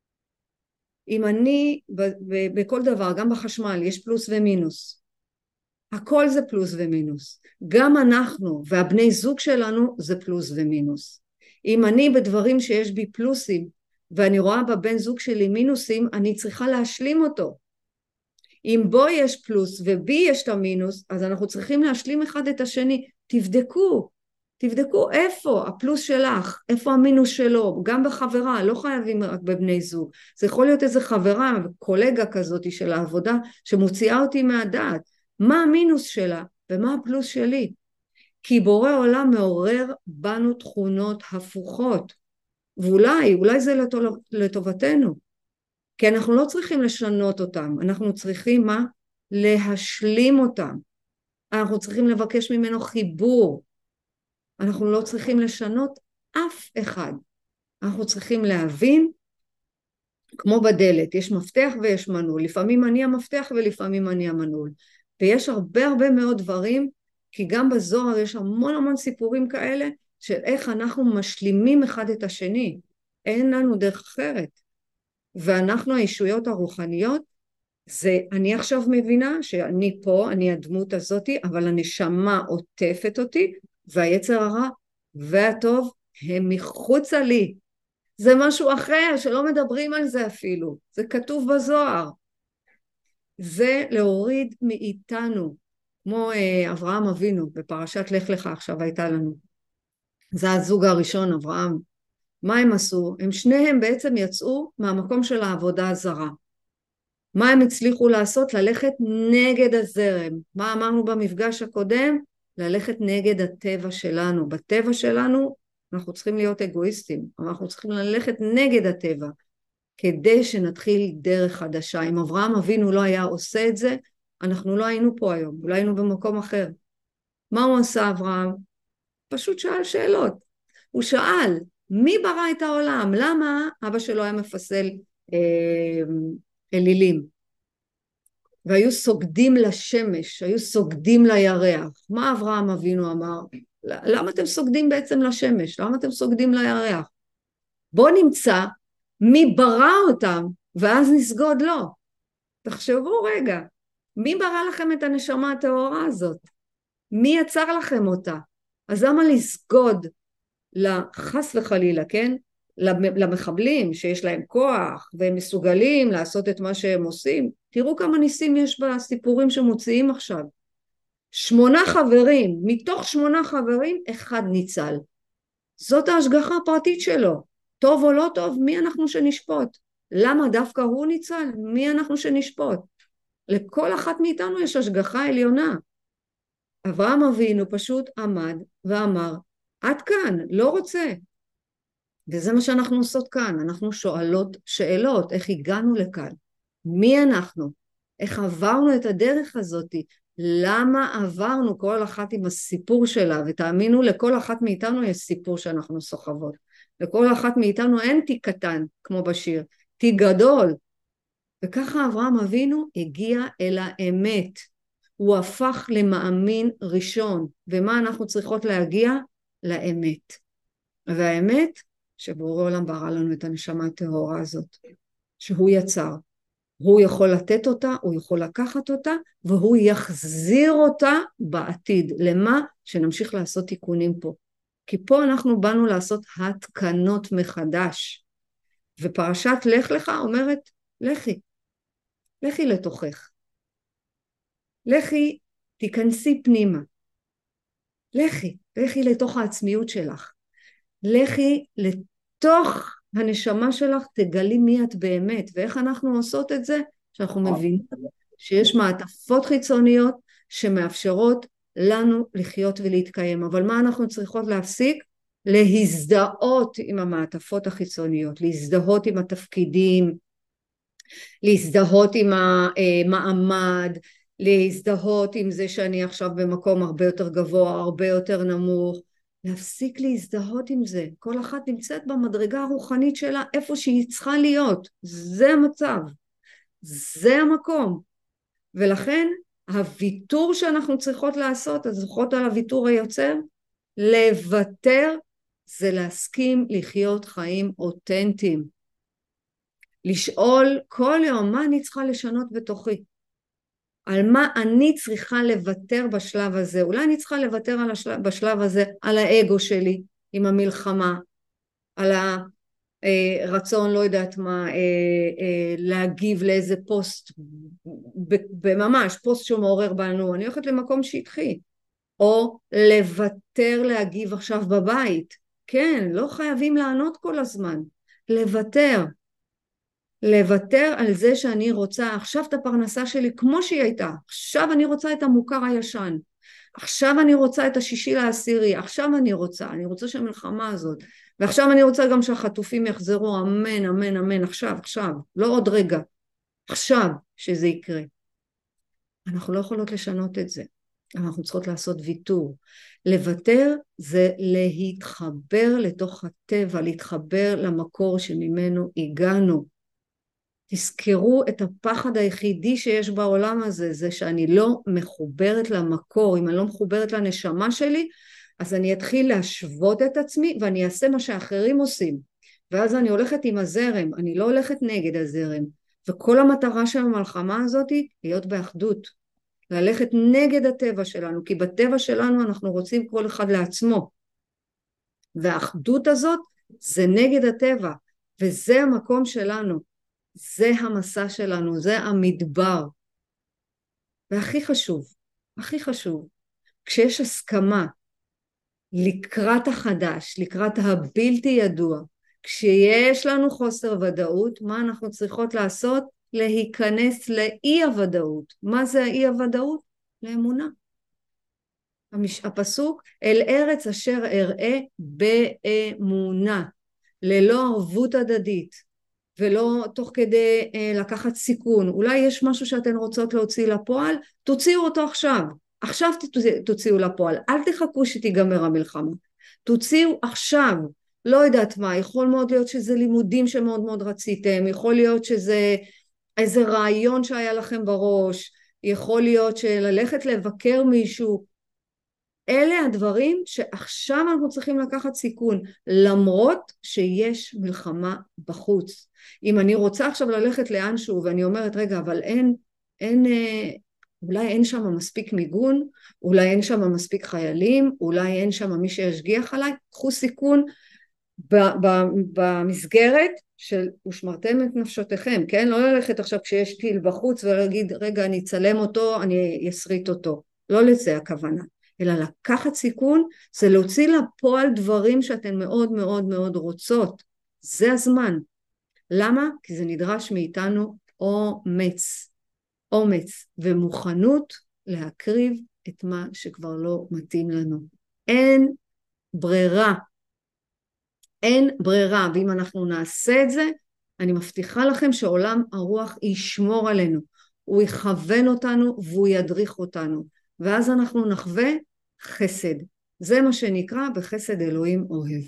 אם אני, בכל דבר, גם בחשמל, יש פלוס ומינוס. הכל זה פלוס ומינוס. גם אנחנו והבני זוג שלנו זה פלוס ומינוס. אם אני בדברים שיש בי פלוסים, ואני רואה בבן זוג שלי מינוסים, אני צריכה להשלים אותו. אם בו יש פלוס ובי יש את המינוס, אז אנחנו צריכים להשלים אחד את השני. תבדקו, תבדקו איפה הפלוס שלך, איפה המינוס שלו, גם בחברה, לא חייבים רק בבני זוג. זה יכול להיות איזה חברה, קולגה כזאת של העבודה, שמוציאה אותי מהדעת. מה המינוס שלה ומה הפלוס שלי? כי בורא עולם מעורר בנו תכונות הפוכות. ואולי, אולי זה לטובתנו. כי אנחנו לא צריכים לשנות אותם, אנחנו צריכים מה? להשלים אותם. אנחנו צריכים לבקש ממנו חיבור. אנחנו לא צריכים לשנות אף אחד. אנחנו צריכים להבין, כמו בדלת, יש מפתח ויש מנעול. לפעמים אני המפתח ולפעמים אני המנעול. ויש הרבה הרבה מאוד דברים, כי גם בזוהר יש המון המון סיפורים כאלה, של איך אנחנו משלימים אחד את השני. אין לנו דרך אחרת. ואנחנו הישויות הרוחניות זה, אני עכשיו מבינה שאני פה, אני הדמות הזאת, אבל הנשמה עוטפת אותי, והיצר הרע והטוב הם מחוצה לי. זה משהו אחר שלא מדברים על זה אפילו, זה כתוב בזוהר. זה להוריד מאיתנו, כמו אה, אברהם אבינו בפרשת לך לך עכשיו הייתה לנו. זה הזוג הראשון, אברהם. מה הם עשו? הם שניהם בעצם יצאו מהמקום של העבודה הזרה. מה הם הצליחו לעשות? ללכת נגד הזרם. מה אמרנו במפגש הקודם? ללכת נגד הטבע שלנו. בטבע שלנו אנחנו צריכים להיות אגואיסטים, אבל אנחנו צריכים ללכת נגד הטבע, כדי שנתחיל דרך חדשה. אם אברהם אבינו לא היה עושה את זה, אנחנו לא היינו פה היום, אולי היינו במקום אחר. מה הוא עשה אברהם? פשוט שאל שאלות. הוא שאל, מי ברא את העולם? למה אבא שלו היה מפסל אה, אלילים? והיו סוגדים לשמש, היו סוגדים לירח. מה אברהם אבינו אמר? למה אתם סוגדים בעצם לשמש? למה אתם סוגדים לירח? בוא נמצא מי ברא אותם, ואז נסגוד לו. תחשבו רגע, מי ברא לכם את הנשמה הטהורה הזאת? מי יצר לכם אותה? אז למה לסגוד לחס וחלילה, כן? למחבלים שיש להם כוח והם מסוגלים לעשות את מה שהם עושים? תראו כמה ניסים יש בסיפורים שמוציאים עכשיו. שמונה חברים, מתוך שמונה חברים אחד ניצל. זאת ההשגחה הפרטית שלו. טוב או לא טוב, מי אנחנו שנשפוט? למה דווקא הוא ניצל? מי אנחנו שנשפוט? לכל אחת מאיתנו יש השגחה עליונה. אברהם אבינו פשוט עמד ואמר, עד כאן, לא רוצה. וזה מה שאנחנו עושות כאן, אנחנו שואלות שאלות, איך הגענו לכאן? מי אנחנו? איך עברנו את הדרך הזאת? למה עברנו? כל אחת עם הסיפור שלה, ותאמינו, לכל אחת מאיתנו יש סיפור שאנחנו סוחבות. לכל אחת מאיתנו אין תיק קטן, כמו בשיר, תיק גדול. וככה אברהם אבינו הגיע אל האמת. הוא הפך למאמין ראשון. ומה אנחנו צריכות להגיע? לאמת. והאמת, שבורא עולם ברא לנו את הנשמה הטהורה הזאת, שהוא יצר. הוא יכול לתת אותה, הוא יכול לקחת אותה, והוא יחזיר אותה בעתיד. למה? שנמשיך לעשות תיקונים פה. כי פה אנחנו באנו לעשות התקנות מחדש. ופרשת לך לך אומרת, לכי, לכי לתוכך. לכי, תיכנסי פנימה. לכי, לכי לתוך העצמיות שלך. לכי לתוך הנשמה שלך, תגלי מי את באמת. ואיך אנחנו עושות את זה? שאנחנו מבינים שיש מעטפות חיצוניות שמאפשרות לנו לחיות ולהתקיים. אבל מה אנחנו צריכות להפסיק? להזדהות עם המעטפות החיצוניות, להזדהות עם התפקידים, להזדהות עם המעמד, להזדהות עם זה שאני עכשיו במקום הרבה יותר גבוה, הרבה יותר נמוך, להפסיק להזדהות עם זה. כל אחת נמצאת במדרגה הרוחנית שלה, איפה שהיא צריכה להיות. זה המצב, זה המקום. ולכן הוויתור שאנחנו צריכות לעשות, אז זוכרות על הוויתור היוצר? לוותר זה להסכים לחיות חיים אותנטיים. לשאול כל יום מה אני צריכה לשנות בתוכי. על מה אני צריכה לוותר בשלב הזה. אולי אני צריכה לוותר על השלב, בשלב הזה על האגו שלי עם המלחמה, על הרצון, לא יודעת מה, להגיב לאיזה פוסט, בממש פוסט שמעורר בנו, אני הולכת למקום שטחי, או לוותר להגיב עכשיו בבית. כן, לא חייבים לענות כל הזמן, לוותר. לוותר על זה שאני רוצה עכשיו את הפרנסה שלי כמו שהיא הייתה, עכשיו אני רוצה את המוכר הישן, עכשיו אני רוצה את השישי לעשירי, עכשיו אני רוצה, אני רוצה שהמלחמה הזאת, ועכשיו אני רוצה גם שהחטופים יחזרו, אמן, אמן, אמן, עכשיו, עכשיו, לא עוד רגע, עכשיו שזה יקרה. אנחנו לא יכולות לשנות את זה, אנחנו צריכות לעשות ויתור. לוותר זה להתחבר לתוך הטבע, להתחבר למקור שממנו הגענו. תזכרו את הפחד היחידי שיש בעולם הזה, זה שאני לא מחוברת למקור. אם אני לא מחוברת לנשמה שלי, אז אני אתחיל להשוות את עצמי, ואני אעשה מה שאחרים עושים. ואז אני הולכת עם הזרם, אני לא הולכת נגד הזרם. וכל המטרה של המלחמה הזאת היא להיות באחדות, ללכת נגד הטבע שלנו, כי בטבע שלנו אנחנו רוצים כל אחד לעצמו, והאחדות הזאת זה נגד הטבע, וזה המקום שלנו, זה המסע שלנו, זה המדבר. והכי חשוב, הכי חשוב, כשיש הסכמה לקראת החדש, לקראת הבלתי ידוע, כשיש לנו חוסר ודאות, מה אנחנו צריכות לעשות? להיכנס לאי הוודאות. מה זה האי הוודאות? לאמונה. הפסוק, אל ארץ אשר אראה באמונה, ללא ערבות הדדית, ולא תוך כדי אה, לקחת סיכון. אולי יש משהו שאתן רוצות להוציא לפועל, תוציאו אותו עכשיו. עכשיו תוציאו לפועל, אל תחכו שתיגמר המלחמה. תוציאו עכשיו, לא יודעת מה, יכול מאוד להיות שזה לימודים שמאוד מאוד רציתם, יכול להיות שזה איזה רעיון שהיה לכם בראש, יכול להיות שללכת לבקר מישהו. אלה הדברים שעכשיו אנחנו צריכים לקחת סיכון, למרות שיש מלחמה בחוץ. אם אני רוצה עכשיו ללכת לאנשהו ואני אומרת, רגע, אבל אין, אין, אולי אין שם מספיק מיגון, אולי אין שם מספיק חיילים, אולי אין שם מי שישגיח עליי, קחו סיכון במסגרת של ושמרתם את נפשותיכם, כן? לא ללכת עכשיו כשיש טיל בחוץ ולהגיד, רגע, אני אצלם אותו, אני אסריט אותו. לא לזה הכוונה. אלא לקחת סיכון, זה להוציא לפועל דברים שאתן מאוד מאוד מאוד רוצות. זה הזמן. למה? כי זה נדרש מאיתנו אומץ. אומץ ומוכנות להקריב את מה שכבר לא מתאים לנו. אין ברירה. אין ברירה. ואם אנחנו נעשה את זה, אני מבטיחה לכם שעולם הרוח ישמור עלינו. הוא יכוון אותנו והוא ידריך אותנו. ואז אנחנו נחווה חסד. זה מה שנקרא בחסד אלוהים אוהב.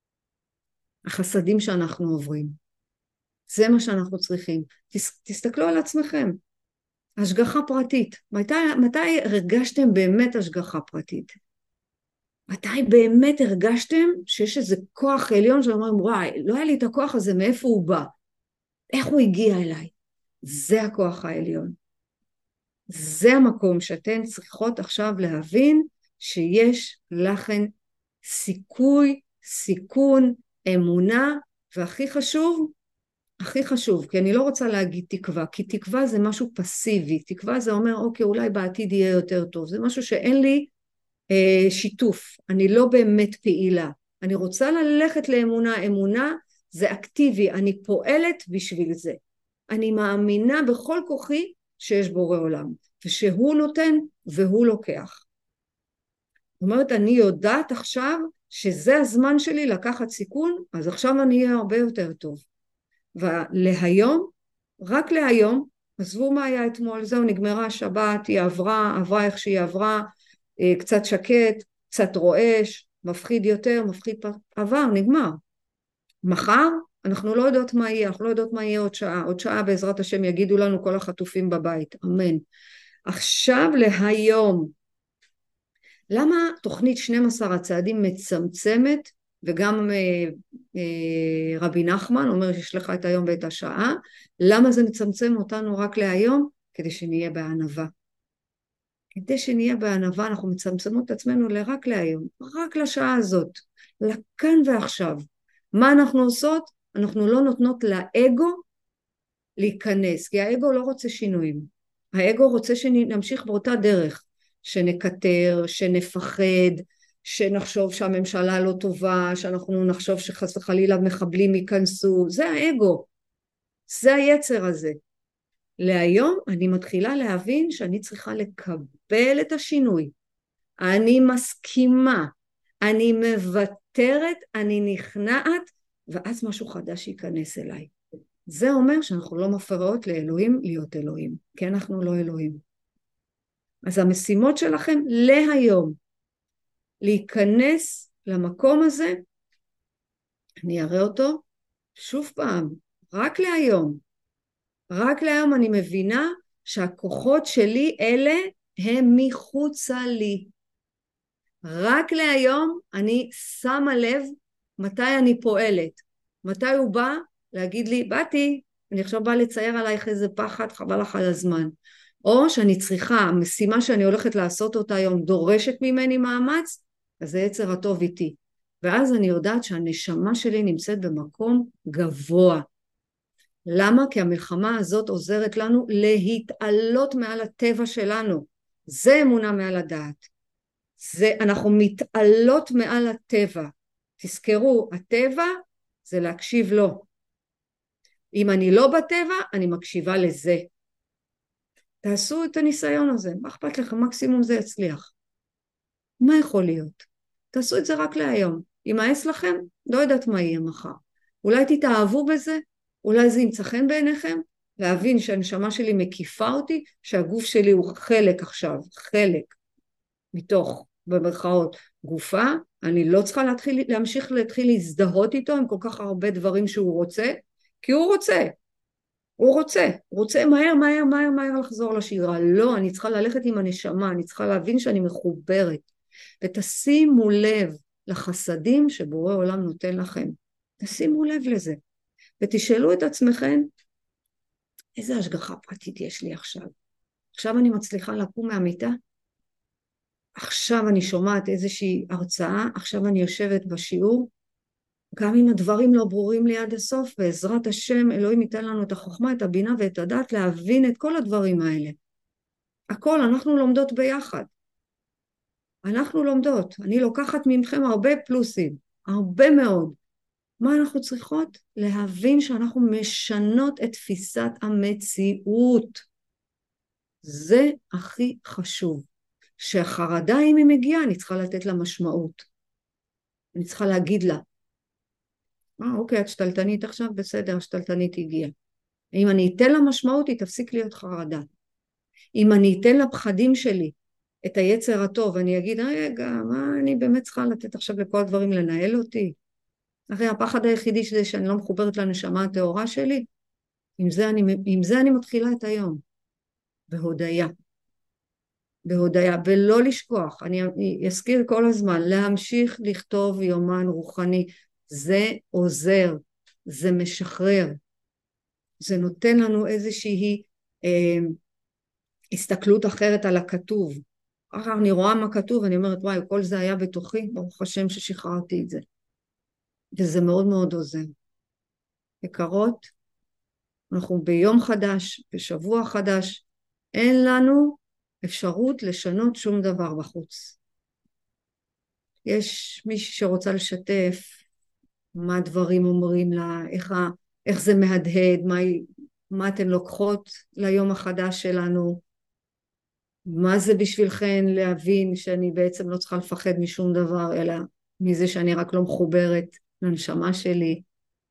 החסדים שאנחנו עוברים. זה מה שאנחנו צריכים. תס, תסתכלו על עצמכם. השגחה פרטית. מתי, מתי הרגשתם באמת השגחה פרטית? מתי באמת הרגשתם שיש איזה כוח עליון שאומרים, וואי, לא היה לי את הכוח הזה, מאיפה הוא בא? איך הוא הגיע אליי? זה הכוח העליון. זה המקום שאתן צריכות עכשיו להבין שיש לכן סיכוי, סיכון, אמונה, והכי חשוב, הכי חשוב, כי אני לא רוצה להגיד תקווה, כי תקווה זה משהו פסיבי, תקווה זה אומר, אוקיי, אולי בעתיד יהיה יותר טוב, זה משהו שאין לי אה, שיתוף, אני לא באמת פעילה, אני רוצה ללכת לאמונה, אמונה זה אקטיבי, אני פועלת בשביל זה, אני מאמינה בכל כוחי שיש בורא עולם, ושהוא נותן והוא לוקח. זאת אומרת, אני יודעת עכשיו שזה הזמן שלי לקחת סיכון, אז עכשיו אני אהיה הרבה יותר טוב. ולהיום, רק להיום, עזבו מה היה אתמול, זהו, נגמרה השבת, היא עברה, עברה איך שהיא עברה, קצת שקט, קצת רועש, מפחיד יותר, מפחיד פחות, עבר, נגמר. מחר, אנחנו לא יודעות מה יהיה, אנחנו לא יודעות מה יהיה עוד שעה, עוד שעה בעזרת השם יגידו לנו כל החטופים בבית, אמן. עכשיו להיום, למה תוכנית שנים עשר הצעדים מצמצמת, וגם אה, אה, רבי נחמן אומר שיש לך את היום ואת השעה, למה זה מצמצם אותנו רק להיום? כדי שנהיה בענווה. כדי שנהיה בענווה אנחנו מצמצמות את עצמנו לרק להיום, רק לשעה הזאת, לכאן ועכשיו. מה אנחנו עושות? אנחנו לא נותנות לאגו להיכנס, כי האגו לא רוצה שינויים. האגו רוצה שנמשיך באותה דרך, שנקטר, שנפחד, שנחשוב שהממשלה לא טובה, שאנחנו נחשוב שחס וחלילה מחבלים ייכנסו, זה האגו, זה היצר הזה. להיום אני מתחילה להבין שאני צריכה לקבל את השינוי, אני מסכימה, אני מוותרת, אני נכנעת, ואז משהו חדש ייכנס אליי. זה אומר שאנחנו לא מפרעות לאלוהים להיות אלוהים, כי אנחנו לא אלוהים. אז המשימות שלכם להיום, להיכנס למקום הזה, אני אראה אותו שוב פעם, רק להיום. רק להיום אני מבינה שהכוחות שלי אלה הם מחוצה לי. רק להיום אני שמה לב מתי אני פועלת. מתי הוא בא להגיד לי, באתי, אני עכשיו באה לצייר עלייך איזה פחד, חבל לך על הזמן. או שאני צריכה, המשימה שאני הולכת לעשות אותה היום דורשת ממני מאמץ, אז זה יצר הטוב איתי. ואז אני יודעת שהנשמה שלי נמצאת במקום גבוה. למה? כי המלחמה הזאת עוזרת לנו להתעלות מעל הטבע שלנו. זה אמונה מעל הדעת. זה, אנחנו מתעלות מעל הטבע. תזכרו, הטבע זה להקשיב לו. אם אני לא בטבע, אני מקשיבה לזה. תעשו את הניסיון הזה, מה אכפת לכם? מקסימום זה יצליח. מה יכול להיות? תעשו את זה רק להיום. אם ימאס לכם, לא יודעת מה יהיה מחר. אולי תתאהבו בזה, אולי זה ימצא חן בעיניכם, להבין שהנשמה שלי מקיפה אותי, שהגוף שלי הוא חלק עכשיו, חלק מתוך, במרכאות, גופה, אני לא צריכה להתחיל, להמשיך להתחיל להזדהות איתו עם כל כך הרבה דברים שהוא רוצה, כי הוא רוצה, הוא רוצה, הוא רוצה מהר, מהר, מהר, מהר לחזור לשגרה. לא, אני צריכה ללכת עם הנשמה, אני צריכה להבין שאני מחוברת, ותשימו לב לחסדים שבורא עולם נותן לכם. תשימו לב לזה, ותשאלו את עצמכם, איזה השגחה פרטית יש לי עכשיו? עכשיו אני מצליחה לקום מהמיטה? עכשיו אני שומעת איזושהי הרצאה, עכשיו אני יושבת בשיעור, גם אם הדברים לא ברורים לי עד הסוף, בעזרת השם אלוהים ייתן לנו את החוכמה, את הבינה ואת הדעת להבין את כל הדברים האלה. הכל, אנחנו לומדות ביחד. אנחנו לומדות. אני לוקחת ממכם הרבה פלוסים, הרבה מאוד. מה אנחנו צריכות? להבין שאנחנו משנות את תפיסת המציאות. זה הכי חשוב. שהחרדה אם היא מגיעה, אני צריכה לתת לה משמעות. אני צריכה להגיד לה, אה, אוקיי, את שתלטנית עכשיו, בסדר, השתלטנית הגיעה. אם אני אתן לה משמעות, היא תפסיק להיות חרדה. אם אני אתן לפחדים שלי את היצר הטוב, אני אגיד, רגע, מה אני באמת צריכה לתת עכשיו לכל הדברים לנהל אותי? הרי הפחד היחידי שזה שאני לא מחוברת לנשמה הטהורה שלי, עם זה אני, עם זה אני מתחילה את היום. בהודיה. בהודיה, ולא לשכוח, אני אזכיר כל הזמן, להמשיך לכתוב יומן רוחני, זה עוזר, זה משחרר, זה נותן לנו איזושהי אה, הסתכלות אחרת על הכתוב. אחר אני רואה מה כתוב, אני אומרת, וואי, כל זה היה בתוכי, ברוך השם ששחררתי את זה. וזה מאוד מאוד עוזר. יקרות, אנחנו ביום חדש, בשבוע חדש, אין לנו אפשרות לשנות שום דבר בחוץ. יש מישהי שרוצה לשתף מה הדברים אומרים לה, איך, ה, איך זה מהדהד, מה, מה אתן לוקחות ליום החדש שלנו, מה זה בשבילכן להבין שאני בעצם לא צריכה לפחד משום דבר, אלא מזה שאני רק לא מחוברת לנשמה שלי.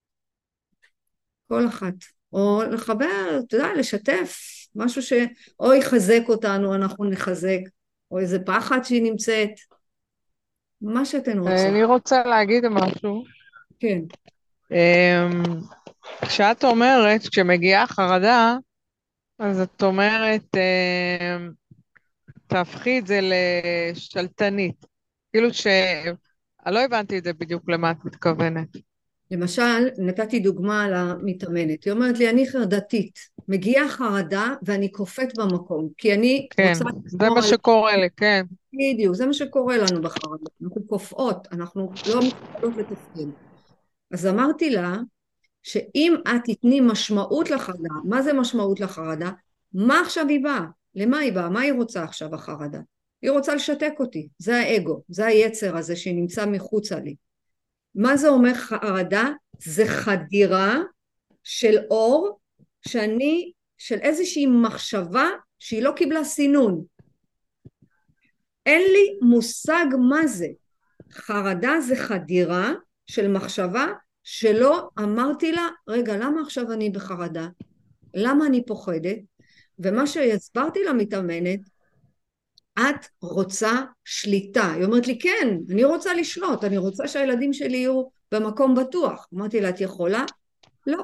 כל אחת. או לחבר, אתה יודע, לשתף, משהו שאו יחזק אותנו, אנחנו נחזק, או איזה פחד שהיא נמצאת, מה שאתן רוצות. אני רוצה להגיד משהו. כן. אמ, כשאת אומרת, כשמגיעה חרדה, אז את אומרת, אמ, תהפכי את זה לשלטנית. כאילו ש... אני לא הבנתי את זה בדיוק למה את מתכוונת. למשל, נתתי דוגמה על המתאמנת, היא אומרת לי, אני חרדתית, מגיעה חרדה ואני קופאת במקום, כי אני כן, רוצה זה לשמור מה על... שקורה לי, כן. בדיוק, זה מה שקורה לנו בחרדה, אנחנו קופאות, אנחנו לא מסוגלות לתפקד. אז אמרתי לה, שאם את תתני משמעות לחרדה, מה זה משמעות לחרדה? מה עכשיו היא באה? למה היא באה? מה היא רוצה עכשיו החרדה? היא רוצה לשתק אותי, זה האגו, זה היצר הזה שנמצא מחוצה לי. מה זה אומר חרדה? זה חדירה של אור, שאני, של איזושהי מחשבה שהיא לא קיבלה סינון. אין לי מושג מה זה. חרדה זה חדירה של מחשבה שלא אמרתי לה, רגע, למה עכשיו אני בחרדה? למה אני פוחדת? ומה שהסברתי למתאמנת, את רוצה שליטה. היא אומרת לי, כן, אני רוצה לשלוט, אני רוצה שהילדים שלי יהיו במקום בטוח. אמרתי לה, את יכולה? לא.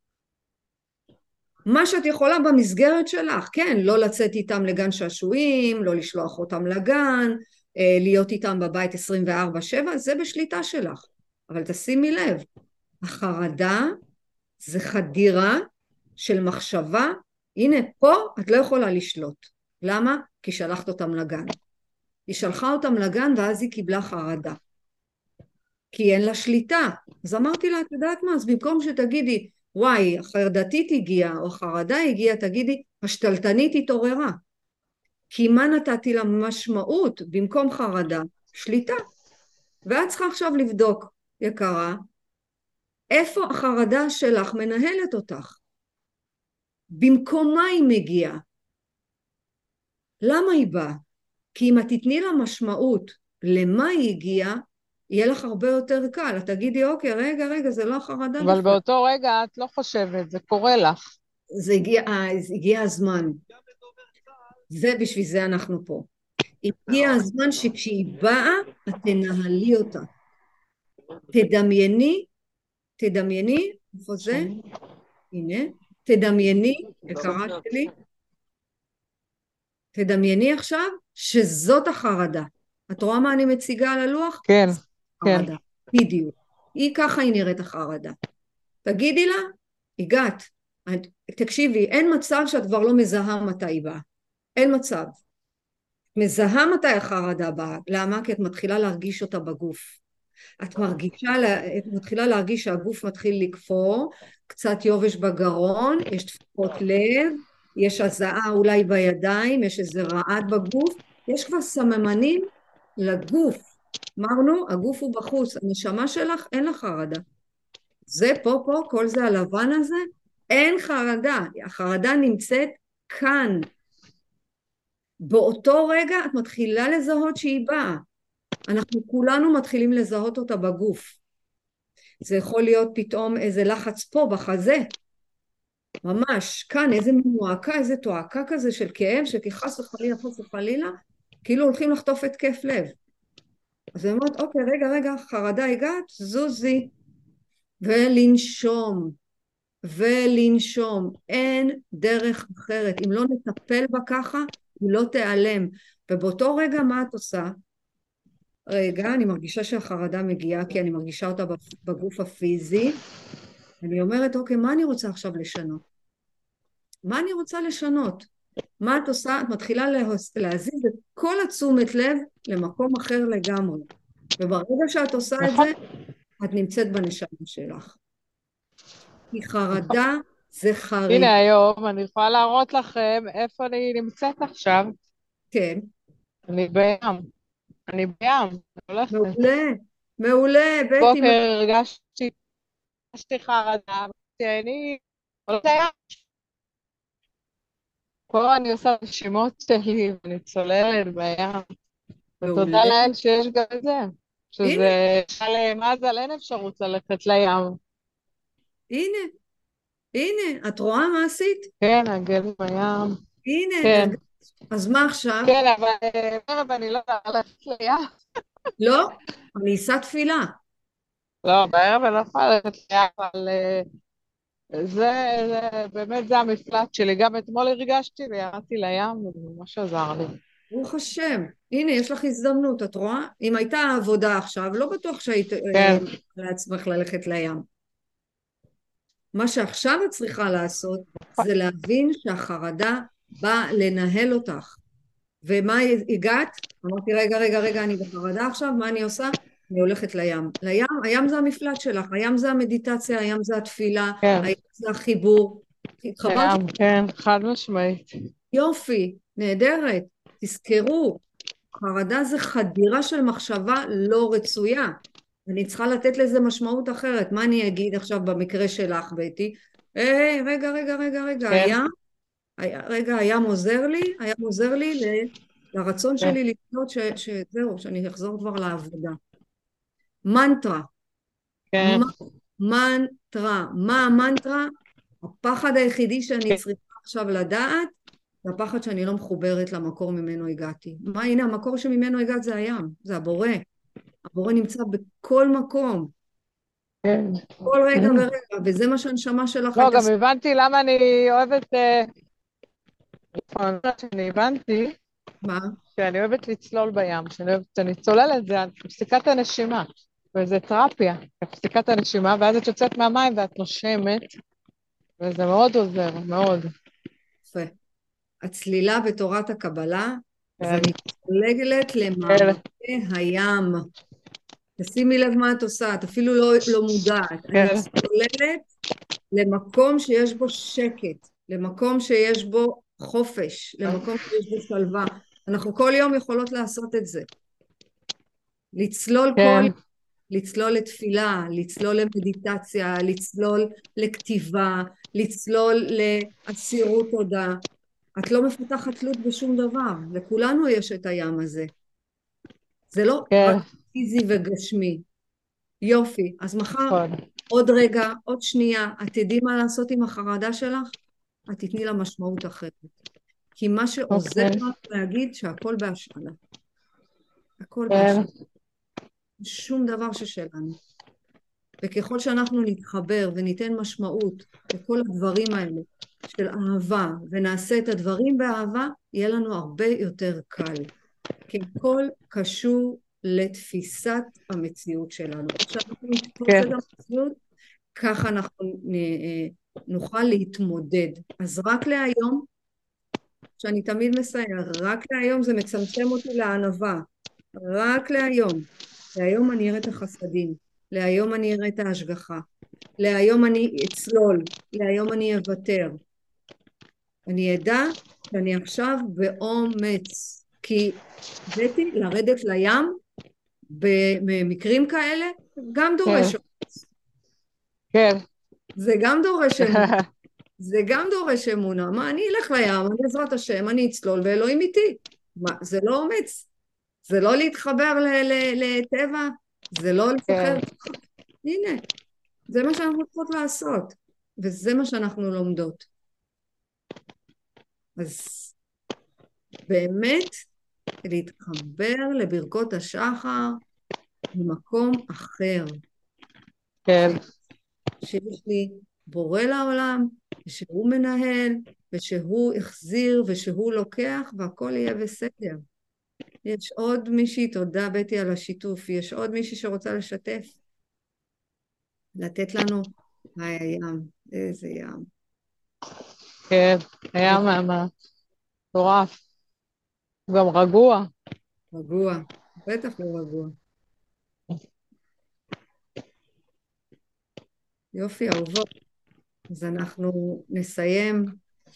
מה שאת יכולה במסגרת שלך, כן, לא לצאת איתם לגן שעשועים, לא לשלוח אותם לגן, להיות איתם בבית עשרים וארבע שבע, זה בשליטה שלך. אבל תשימי לב, החרדה זה חדירה של מחשבה, הנה פה את לא יכולה לשלוט. למה? כי שלחת אותם לגן. היא שלחה אותם לגן ואז היא קיבלה חרדה. כי אין לה שליטה. אז אמרתי לה, את יודעת מה? אז במקום שתגידי, וואי, החרדתית הגיעה, או החרדה הגיעה, תגידי, השתלטנית התעוררה. כי מה נתתי לה משמעות במקום חרדה? שליטה. ואת צריכה עכשיו לבדוק, יקרה, איפה החרדה שלך מנהלת אותך? במקום מה היא מגיעה? למה היא באה? כי אם את תתני לה משמעות למה היא הגיעה, יהיה לך הרבה יותר קל. את תגידי, אוקיי, רגע, רגע, זה לא החרדה אבל בכלל. באותו רגע את לא חושבת, זה קורה לך. זה הגיע, אה, זה הגיע הזמן. זה בשביל זה אנחנו פה. הגיע הזמן שכשהיא באה, את תנהלי אותה. תדמייני, תדמייני, איפה זה? הנה, תדמייני, יקרה שלי, תדמייני עכשיו שזאת החרדה. את רואה מה אני מציגה על הלוח? כן, כן. חרדה, בדיוק. היא ככה היא נראית החרדה. תגידי לה, הגעת. תקשיבי, אין מצב שאת כבר לא מזהה מתי היא באה. אין מצב. מזהה מתי החרדה באה. למה? כי את מתחילה להרגיש אותה בגוף. את מרגישה, את מתחילה להרגיש שהגוף מתחיל לקפוא, קצת יובש בגרון, יש דפיקות לב, יש הזעה אולי בידיים, יש איזה רעד בגוף, יש כבר סממנים לגוף. אמרנו, הגוף הוא בחוץ, הנשמה שלך אין לך חרדה. זה פה פה, כל זה הלבן הזה, אין חרדה, החרדה נמצאת כאן. באותו רגע את מתחילה לזהות שהיא באה. אנחנו כולנו מתחילים לזהות אותה בגוף. זה יכול להיות פתאום איזה לחץ פה בחזה, ממש, כאן איזה מועקה, איזה תועקה כזה של כאב, שכחס וחלילה, חס וחלילה, כאילו הולכים לחטוף התקף לב. אז אני אומרת, אוקיי, רגע, רגע, חרדה הגעת, זוזי, ולנשום, ולנשום, אין דרך אחרת, אם לא נטפל בה ככה, היא לא תיעלם, ובאותו רגע מה את עושה? רגע, אני מרגישה שהחרדה מגיעה, כי אני מרגישה אותה בגוף הפיזי, אני אומרת, אוקיי, מה אני רוצה עכשיו לשנות? מה אני רוצה לשנות? מה את עושה? את מתחילה להזיז את כל התשומת לב למקום אחר לגמרי, וברגע שאת עושה את זה, את נמצאת בנשמה שלך. כי חרדה זה חריג. הנה היום, אני יכולה להראות לכם איפה אני נמצאת עכשיו. כן. אני בים. אני בים, אני הולכת. מעולה, מעולה, בטי. בוקר הרגשתי, הרגשתי חרדה, אני הולכת לים. פה אני עושה רשימות שלי, ואני צוללת בים. ותודה לאל שיש גם את זה. שזה על מזל, אין אפשרות ללכת לים. הנה, הנה, את רואה מה עשית? כן, הגל בים. הנה, כן. אז מה עכשיו? כן, אבל בערב אני לא יכולה ללכת לים. לא, אני אעשה תפילה. לא, בערב אני לא יכולה ללכת לים, אבל זה, זה, באמת זה המפלט שלי. גם אתמול הרגשתי וירדתי לים, וזה ממש עזר לי. ברוך השם. הנה, יש לך הזדמנות, את רואה? אם הייתה עבודה עכשיו, לא בטוח שהיית כן. לעצמך ללכת לים. מה שעכשיו את צריכה לעשות, זה להבין שהחרדה באה לנהל אותך. ומה הגעת? אמרתי, רגע, רגע, רגע, אני בחרדה עכשיו, מה אני עושה? אני הולכת לים. לים, הים זה המפלט שלך, הים זה המדיטציה, הים זה התפילה, כן. הים זה החיבור. התחברת? הים, כן, חד משמעית. יופי, נהדרת. תזכרו, חרדה זה חדירה של מחשבה לא רצויה. אני צריכה לתת לזה משמעות אחרת. מה אני אגיד עכשיו במקרה שלך, בטי? היי, רגע, רגע, רגע, רגע, כן. הים, רגע, הים עוזר לי, הים עוזר לי לרצון שלי לקנות שזהו, שאני אחזור כבר לעבודה. מנטרה. כן. מנטרה. מה המנטרה? הפחד היחידי שאני צריכה עכשיו לדעת, זה הפחד שאני לא מחוברת למקור ממנו הגעתי. מה, הנה, המקור שממנו הגעת זה הים, זה הבורא. הבורא נמצא בכל מקום. כן. כל רגע ורגע, וזה מה שהנשמה שלך... לא, גם הבנתי למה אני אוהבת... שאני הבנתי... מה? שאני אוהבת לצלול בים, שאני אוהבת... שאני צוללת, זה הפסיקת הנשימה. וזה תרפיה, הפסיקת הנשימה, ואז את יוצאת מהמים ואת נושמת, וזה מאוד עוזר, מאוד. יפה. הצלילה בתורת הקבלה, אז כן, אני צוללת כן, למעמקי הים. תשימי לב מה את עושה, את אפילו לא, לא מודעת. אני כן, צוללת למקום שיש בו שקט, למקום שיש בו חופש, למקום שיש בו שלווה. אנחנו כל יום יכולות לעשות את זה. לצלול כל, כן, לצלול לתפילה, לצלול למדיטציה, לצלול לכתיבה, לצלול לאסירות תודה. את לא מפתחת תלות בשום דבר, לכולנו יש את הים הזה. זה לא רק כן, פיזי וגשמי. יופי, אז מחר נכון. עוד רגע, עוד שנייה, את תדעי מה לעשות עם החרדה שלך? את תתני לה משמעות אחרת. כי מה שעוזר אוקיי, לנו להגיד שהכל בהשאלה. הכל כן, בהשאלה. שום דבר ששלנו. וככל שאנחנו נתחבר וניתן משמעות לכל הדברים האלה של אהבה, ונעשה את הדברים באהבה, יהיה לנו הרבה יותר קל. כי הכל קשור לתפיסת המציאות שלנו. איך שאנחנו נתפוס כן, את המציאות, ככה אנחנו נוכל להתמודד. אז רק להיום, שאני תמיד מסייע, רק להיום זה מצמצם אותי לענווה. רק להיום. להיום אני אראה את החסדים. להיום אני אראה את ההשגחה. להיום אני אצלול. להיום אני אוותר. אני אדע שאני עכשיו באומץ. כי בטי, לרדת לים במקרים כאלה, גם כן, דורש אומץ. כן. זה גם דורש אמונה. זה גם דורש אמונה. מה, אני אלך לים, אני בעזרת השם, אני אצלול, ואלוהים איתי. מה, זה לא אומץ? זה לא להתחבר ל- ל- לטבע? זה לא כן, לפחד? הנה, זה מה שאנחנו צריכות לעשות. וזה מה שאנחנו לומדות. אז באמת, להתחבר לברכות השחר ממקום אחר. ש... כן, שיש לי בורא לעולם, ושהוא מנהל, ושהוא החזיר, ושהוא לוקח, והכל יהיה בסדר. יש עוד מישהי, תודה בטי על השיתוף, יש עוד מישהי שרוצה לשתף? לתת לנו? היי הים, איזה ים. כן. היה מטורף. גם רגוע. רגוע, בטח לא רגוע. יופי, אהובות. אז אנחנו נסיים.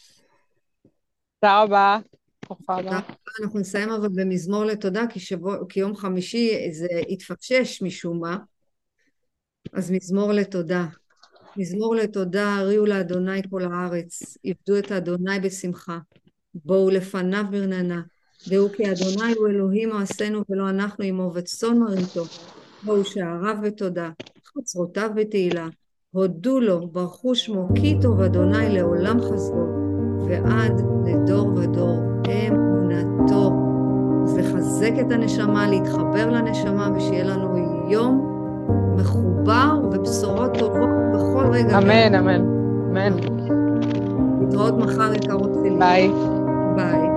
תודה רבה. תודה תודה רבה. רבה. אנחנו נסיים אבל במזמור לתודה, כי, שבוע, כי יום חמישי זה התפקשש משום מה. אז מזמור לתודה. מזמור לתודה, הריעו לאדוני כל הארץ, עבדו את אדוני בשמחה, בואו לפניו ברננה, דעו כי אדוני הוא אלוהים מעשינו ולא אנחנו עמו, וצאן מרעיתו, בואו שעריו בתודה, חצרותיו בתהילה, הודו לו, ברכו שמו, כי טוב אדוני לעולם חסדו, ועד לדור ודור אמונתו. אז לחזק את הנשמה, להתחבר לנשמה, ושיהיה לנו יום מחובר ובשורות טובות בכל רגע. אמן, אמן, אמן. להתראות מחר, יקרות שלי. ביי. ביי.